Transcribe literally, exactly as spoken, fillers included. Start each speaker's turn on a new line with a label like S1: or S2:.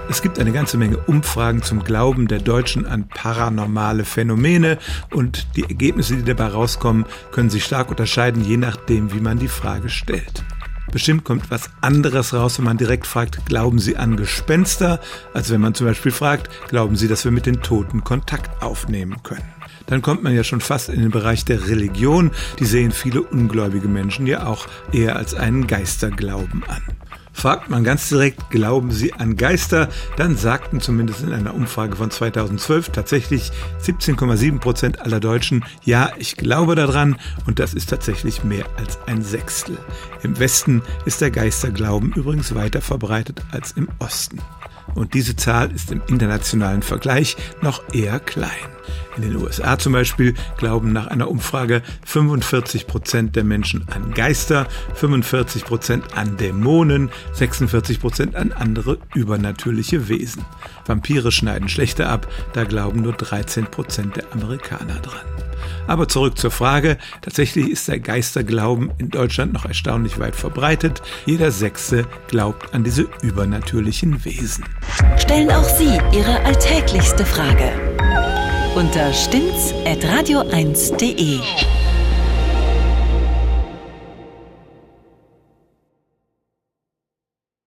S1: Es gibt eine ganze Menge Umfragen zum Glauben der Deutschen an paranormale Phänomene und die Ergebnisse, die dabei rauskommen, können sich stark unterscheiden, je nachdem, wie man die Frage stellt. Bestimmt kommt was anderes raus, wenn man direkt fragt, glauben Sie an Gespenster, als wenn man zum Beispiel fragt, glauben Sie, dass wir mit den Toten Kontakt aufnehmen können. Dann kommt man ja schon fast in den Bereich der Religion. Die sehen viele ungläubige Menschen ja auch eher als einen Geisterglauben an. Fragt man ganz direkt, glauben Sie an Geister, dann sagten zumindest in einer Umfrage von zweitausendzwölf tatsächlich siebzehn Komma sieben Prozent aller Deutschen, ja, ich glaube daran, und das ist tatsächlich mehr als ein Sechstel. Im Westen ist der Geisterglauben übrigens weiter verbreitet als im Osten. Und diese Zahl ist im internationalen Vergleich noch eher klein. In den U S A zum Beispiel glauben nach einer Umfrage fünfundvierzig Prozent der Menschen an Geister, fünfundvierzig Prozent an Dämonen, sechsundvierzig Prozent an andere übernatürliche Wesen. Vampire schneiden schlechter ab, da glauben nur dreizehn Prozent der Amerikaner dran. Aber zurück zur Frage. Tatsächlich ist der Geisterglauben in Deutschland noch erstaunlich weit verbreitet. Jeder Sechste glaubt an diese übernatürlichen Wesen.
S2: Stellen auch Sie Ihre alltäglichste Frage unter stimmt's at radio eins punkt de.